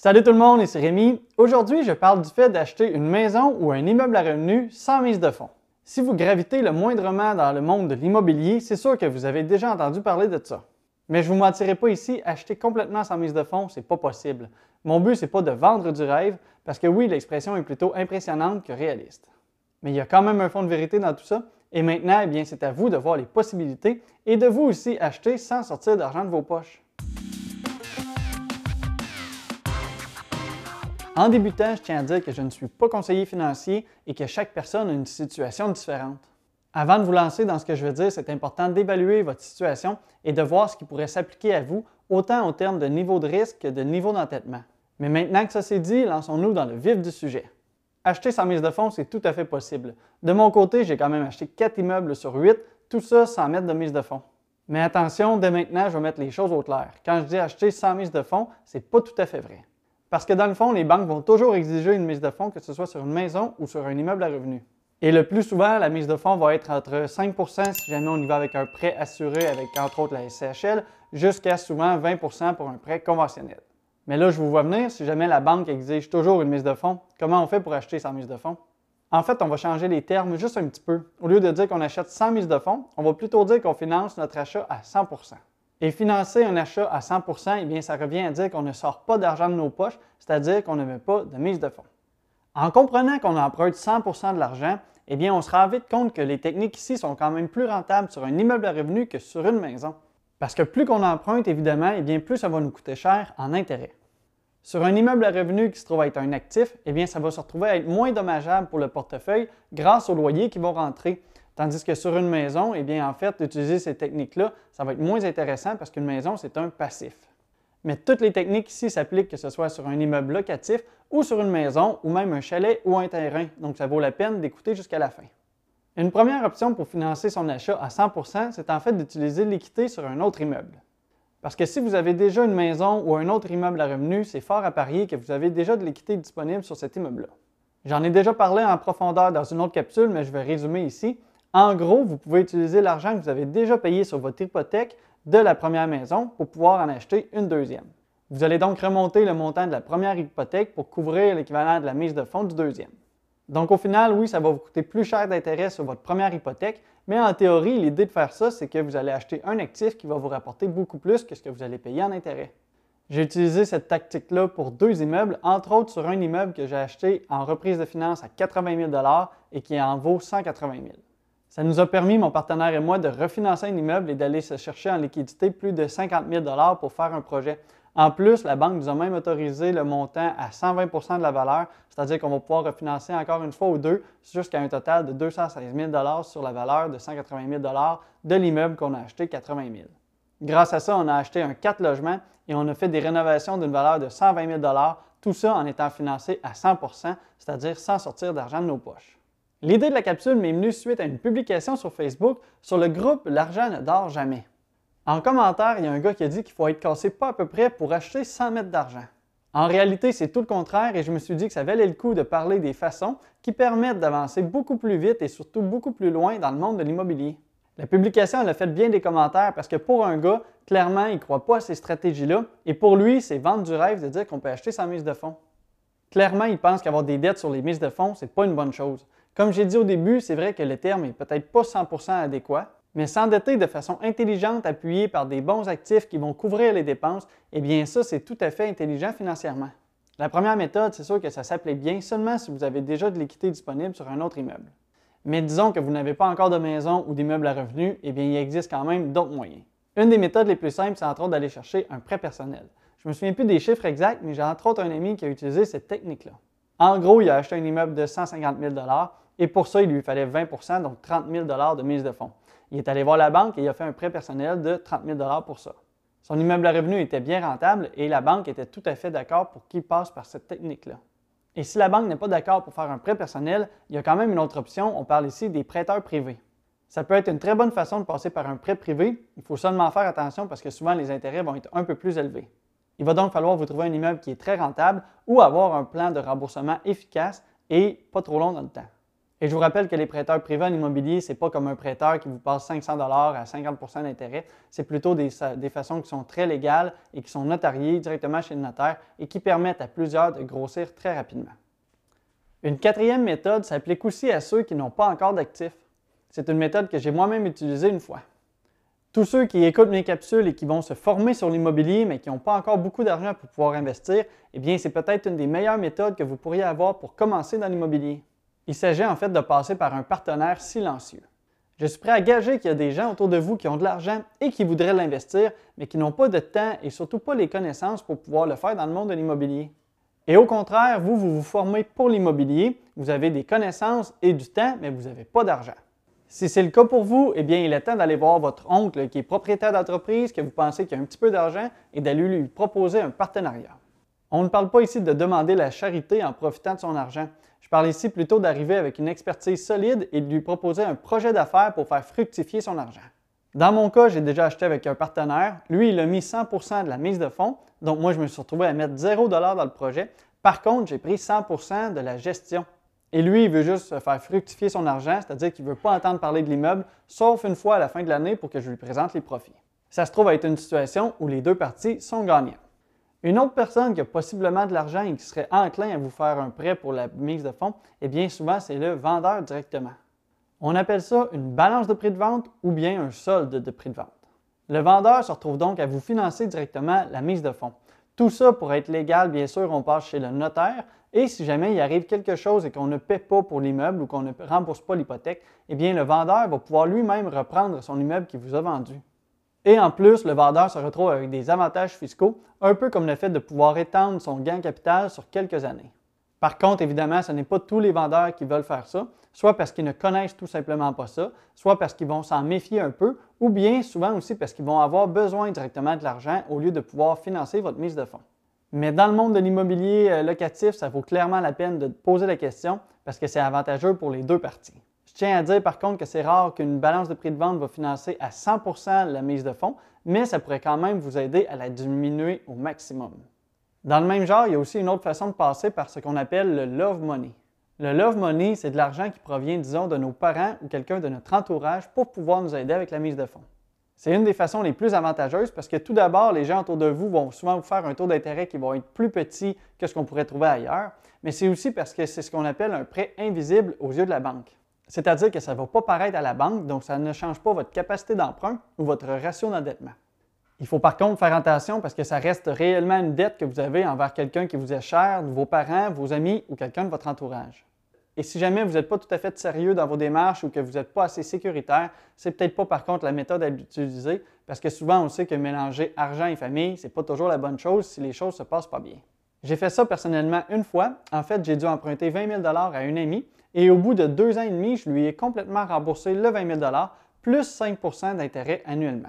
Salut tout le monde, ici Rémi. Aujourd'hui, je parle du fait d'acheter une maison ou un immeuble à revenus sans mise de fonds. Si vous gravitez le moindrement dans le monde de l'immobilier, c'est sûr que vous avez déjà entendu parler de ça. Mais je ne vous mentirai pas ici, acheter complètement sans mise de fonds, c'est pas possible. Mon but, c'est pas de vendre du rêve, parce que oui, l'expression est plutôt impressionnante que réaliste. Mais il y a quand même un fond de vérité dans tout ça, et maintenant, eh bien, c'est à vous de voir les possibilités et de vous aussi acheter sans sortir d'argent de vos poches. En débutant, je tiens à dire que je ne suis pas conseiller financier et que chaque personne a une situation différente. Avant de vous lancer dans ce que je veux dire, c'est important d'évaluer votre situation et de voir ce qui pourrait s'appliquer à vous, autant au terme de niveau de risque que de niveau d'entêtement. Mais maintenant que ça c'est dit, lançons-nous dans le vif du sujet. Acheter sans mise de fonds, c'est tout à fait possible. De mon côté, j'ai quand même acheté 4 immeubles sur 8, tout ça sans mettre de mise de fonds. Mais attention, dès maintenant, je vais mettre les choses au clair. Quand je dis acheter sans mise de fonds, c'est pas tout à fait vrai. Parce que dans le fond, les banques vont toujours exiger une mise de fonds, que ce soit sur une maison ou sur un immeuble à revenus. Et le plus souvent, la mise de fonds va être entre 5 % si jamais on y va avec un prêt assuré avec entre autres la SCHL, jusqu'à souvent 20 % pour un prêt conventionnel. Mais là, je vous vois venir, si jamais la banque exige toujours une mise de fonds, comment on fait pour acheter sans mise de fonds? En fait, on va changer les termes juste un petit peu. Au lieu de dire qu'on achète sans mise de fonds, on va plutôt dire qu'on finance notre achat à 100 %. Et financer un achat à 100 %, eh bien, ça revient à dire qu'on ne sort pas d'argent de nos poches, c'est-à-dire qu'on ne met pas de mise de fonds. En comprenant qu'on emprunte 100 % de l'argent, eh bien, on se rend vite compte que les techniques ici sont quand même plus rentables sur un immeuble à revenus que sur une maison. Parce que plus qu'on emprunte, évidemment, eh bien, plus ça va nous coûter cher en intérêt. Sur un immeuble à revenus qui se trouve être un actif, eh bien, ça va se retrouver à être moins dommageable pour le portefeuille grâce aux loyers qui vont rentrer. Tandis que sur une maison, eh bien, en fait, utiliser ces techniques-là, ça va être moins intéressant parce qu'une maison, c'est un passif. Mais toutes les techniques ici s'appliquent que ce soit sur un immeuble locatif ou sur une maison ou même un chalet ou un terrain. Donc, ça vaut la peine d'écouter jusqu'à la fin. Une première option pour financer son achat à 100 %, c'est en fait d'utiliser l'équité sur un autre immeuble. Parce que si vous avez déjà une maison ou un autre immeuble à revenus, c'est fort à parier que vous avez déjà de l'équité disponible sur cet immeuble-là. J'en ai déjà parlé en profondeur dans une autre capsule, mais je vais résumer ici. En gros, vous pouvez utiliser l'argent que vous avez déjà payé sur votre hypothèque de la première maison pour pouvoir en acheter une deuxième. Vous allez donc remonter le montant de la première hypothèque pour couvrir l'équivalent de la mise de fonds du deuxième. Donc au final, oui, ça va vous coûter plus cher d'intérêt sur votre première hypothèque, mais en théorie, l'idée de faire ça, c'est que vous allez acheter un actif qui va vous rapporter beaucoup plus que ce que vous allez payer en intérêt. J'ai utilisé cette tactique-là pour 2 immeubles, entre autres sur un immeuble que j'ai acheté en reprise de finance à 80 000 $ et qui en vaut 180 000 $. Ça nous a permis, mon partenaire et moi, de refinancer un immeuble et d'aller se chercher en liquidité plus de 50 000 $ pour faire un projet. En plus, la banque nous a même autorisé le montant à 120 % de la valeur, c'est-à-dire qu'on va pouvoir refinancer encore une fois ou deux jusqu'à un total de 216 000 $ sur la valeur de 180 000 $ de l'immeuble qu'on a acheté 80 000 $. Grâce à ça, on a acheté un 4 logements et on a fait des rénovations d'une valeur de 120 000 $, tout ça en étant financé à 100 %, c'est-à-dire sans sortir d'argent de nos poches. L'idée de la capsule m'est venue suite à une publication sur Facebook sur le groupe L'argent ne dort jamais. En commentaire, il y a un gars qui a dit qu'il faut être cassé pas à peu près pour acheter sans mettre d'argent. En réalité, c'est tout le contraire et je me suis dit que ça valait le coup de parler des façons qui permettent d'avancer beaucoup plus vite et surtout beaucoup plus loin dans le monde de l'immobilier. La publication elle a fait bien des commentaires parce que pour un gars, clairement, il ne croit pas à ces stratégies-là et pour lui, c'est vendre du rêve de dire qu'on peut acheter sans mise de fonds. Clairement, il pense qu'avoir des dettes sur les mises de fonds, c'est pas une bonne chose. Comme j'ai dit au début, c'est vrai que le terme n'est peut-être pas 100 % adéquat, mais s'endetter de façon intelligente appuyée par des bons actifs qui vont couvrir les dépenses, eh bien ça, c'est tout à fait intelligent financièrement. La première méthode, c'est sûr que ça s'applique bien seulement si vous avez déjà de l'équité disponible sur un autre immeuble. Mais disons que vous n'avez pas encore de maison ou d'immeuble à revenus, eh bien il existe quand même d'autres moyens. Une des méthodes les plus simples, c'est entre autres d'aller chercher un prêt personnel. Je ne me souviens plus des chiffres exacts, mais j'ai entre autres un ami qui a utilisé cette technique-là. En gros, il a acheté un immeuble de 150 000 $ et pour ça, il lui fallait 20 %, donc 30 000 $ de mise de fonds. Il est allé voir la banque et il a fait un prêt personnel de 30 000 $ pour ça. Son immeuble à revenus était bien rentable et la banque était tout à fait d'accord pour qu'il passe par cette technique-là. Et si la banque n'est pas d'accord pour faire un prêt personnel, il y a quand même une autre option, on parle ici des prêteurs privés. Ça peut être une très bonne façon de passer par un prêt privé, il faut seulement faire attention parce que souvent les intérêts vont être un peu plus élevés. Il va donc falloir vous trouver un immeuble qui est très rentable ou avoir un plan de remboursement efficace et pas trop long dans le temps. Et je vous rappelle que les prêteurs privés en immobilier, ce n'est pas comme un prêteur qui vous passe 500 $ à 50 % d'intérêt. C'est plutôt des façons qui sont très légales et qui sont notariées directement chez le notaire et qui permettent à plusieurs de grossir très rapidement. Une quatrième méthode s'applique aussi à ceux qui n'ont pas encore d'actifs. C'est une méthode que j'ai moi-même utilisée une fois. Tous ceux qui écoutent mes capsules et qui vont se former sur l'immobilier mais qui n'ont pas encore beaucoup d'argent pour pouvoir investir, eh bien c'est peut-être une des meilleures méthodes que vous pourriez avoir pour commencer dans l'immobilier. Il s'agit en fait de passer par un partenaire silencieux. Je suis prêt à gager qu'il y a des gens autour de vous qui ont de l'argent et qui voudraient l'investir, mais qui n'ont pas de temps et surtout pas les connaissances pour pouvoir le faire dans le monde de l'immobilier. Et au contraire, vous vous formez pour l'immobilier, vous avez des connaissances et du temps, mais vous n'avez pas d'argent. Si c'est le cas pour vous, eh bien, il est temps d'aller voir votre oncle qui est propriétaire d'entreprise, que vous pensez qu'il a un petit peu d'argent, et d'aller lui proposer un partenariat. On ne parle pas ici de demander la charité en profitant de son argent. Je parle ici plutôt d'arriver avec une expertise solide et de lui proposer un projet d'affaires pour faire fructifier son argent. Dans mon cas, j'ai déjà acheté avec un partenaire. Lui, il a mis 100 % de la mise de fonds, donc moi, je me suis retrouvé à mettre 0 $ dans le projet. Par contre, j'ai pris 100 % de la gestion. Et lui, il veut juste faire fructifier son argent, c'est-à-dire qu'il ne veut pas entendre parler de l'immeuble, sauf une fois à la fin de l'année pour que je lui présente les profits. Ça se trouve être une situation où les deux parties sont gagnantes. Une autre personne qui a possiblement de l'argent et qui serait enclin à vous faire un prêt pour la mise de fonds, eh bien souvent c'est le vendeur directement. On appelle ça une balance de prix de vente ou bien un solde de prix de vente. Le vendeur se retrouve donc à vous financer directement la mise de fonds. Tout ça pour être légal, bien sûr, on passe chez le notaire et si jamais il arrive quelque chose et qu'on ne paie pas pour l'immeuble ou qu'on ne rembourse pas l'hypothèque, eh bien le vendeur va pouvoir lui-même reprendre son immeuble qu'il vous a vendu. Et en plus, le vendeur se retrouve avec des avantages fiscaux, un peu comme le fait de pouvoir étendre son gain capital sur quelques années. Par contre, évidemment, ce n'est pas tous les vendeurs qui veulent faire ça, soit parce qu'ils ne connaissent tout simplement pas ça, soit parce qu'ils vont s'en méfier un peu, ou bien souvent aussi parce qu'ils vont avoir besoin directement de l'argent au lieu de pouvoir financer votre mise de fonds. Mais dans le monde de l'immobilier locatif, ça vaut clairement la peine de poser la question parce que c'est avantageux pour les deux parties. Je tiens à dire par contre que c'est rare qu'une balance de prix de vente va financer à 100 % la mise de fonds, mais ça pourrait quand même vous aider à la diminuer au maximum. Dans le même genre, il y a aussi une autre façon de passer par ce qu'on appelle le love money. Le love money, c'est de l'argent qui provient, disons, de nos parents ou quelqu'un de notre entourage pour pouvoir nous aider avec la mise de fonds. C'est une des façons les plus avantageuses parce que tout d'abord, les gens autour de vous vont souvent vous faire un taux d'intérêt qui va être plus petit que ce qu'on pourrait trouver ailleurs, mais c'est aussi parce que c'est ce qu'on appelle un prêt invisible aux yeux de la banque. C'est-à-dire que ça ne va pas paraître à la banque, donc ça ne change pas votre capacité d'emprunt ou votre ratio d'endettement. Il faut par contre faire attention parce que ça reste réellement une dette que vous avez envers quelqu'un qui vous est cher, vos parents, vos amis ou quelqu'un de votre entourage. Et si jamais vous n'êtes pas tout à fait sérieux dans vos démarches ou que vous n'êtes pas assez sécuritaire, c'est peut-être pas par contre la méthode à utiliser parce que souvent on sait que mélanger argent et famille, c'est pas toujours la bonne chose si les choses se passent pas bien. J'ai fait ça personnellement une fois. En fait, j'ai dû emprunter 20 000 $ à une amie et au bout de 2 ans et demi, je lui ai complètement remboursé le 20 000 $ plus 5 % d'intérêt annuellement.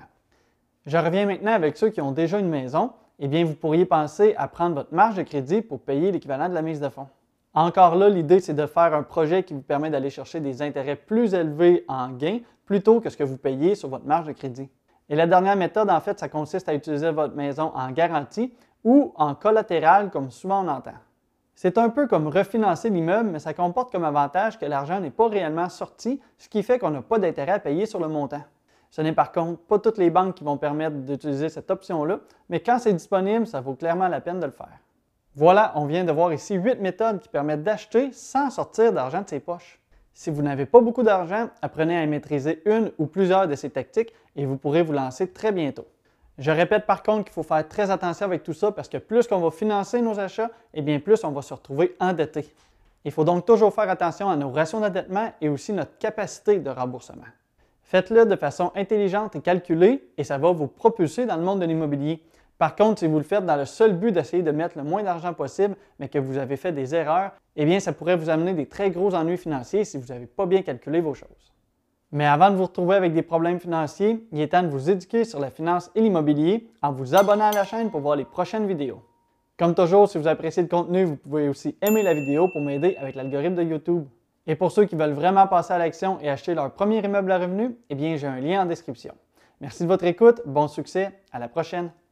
Je reviens maintenant avec ceux qui ont déjà une maison. Eh bien, vous pourriez penser à prendre votre marge de crédit pour payer l'équivalent de la mise de fonds. Encore là, l'idée, c'est de faire un projet qui vous permet d'aller chercher des intérêts plus élevés en gain plutôt que ce que vous payez sur votre marge de crédit. Et la dernière méthode, en fait, ça consiste à utiliser votre maison en garantie ou en collatéral, comme souvent on entend. C'est un peu comme refinancer l'immeuble, mais ça comporte comme avantage que l'argent n'est pas réellement sorti, ce qui fait qu'on n'a pas d'intérêt à payer sur le montant. Ce n'est par contre pas toutes les banques qui vont permettre d'utiliser cette option-là, mais quand c'est disponible, ça vaut clairement la peine de le faire. Voilà, on vient de voir ici 8 méthodes qui permettent d'acheter sans sortir d'argent de ses poches. Si vous n'avez pas beaucoup d'argent, apprenez à maîtriser une ou plusieurs de ces tactiques et vous pourrez vous lancer très bientôt. Je répète par contre qu'il faut faire très attention avec tout ça parce que plus qu'on va financer nos achats, et bien plus on va se retrouver endetté. Il faut donc toujours faire attention à nos ratios d'endettement et aussi notre capacité de remboursement. Faites-le de façon intelligente et calculée et ça va vous propulser dans le monde de l'immobilier. Par contre, si vous le faites dans le seul but d'essayer de mettre le moins d'argent possible, mais que vous avez fait des erreurs, eh bien, ça pourrait vous amener des très gros ennuis financiers si vous n'avez pas bien calculé vos choses. Mais avant de vous retrouver avec des problèmes financiers, il est temps de vous éduquer sur la finance et l'immobilier en vous abonnant à la chaîne pour voir les prochaines vidéos. Comme toujours, si vous appréciez le contenu, vous pouvez aussi aimer la vidéo pour m'aider avec l'algorithme de YouTube. Et pour ceux qui veulent vraiment passer à l'action et acheter leur premier immeuble à revenu, eh bien, j'ai un lien en description. Merci de votre écoute, bon succès, à la prochaine!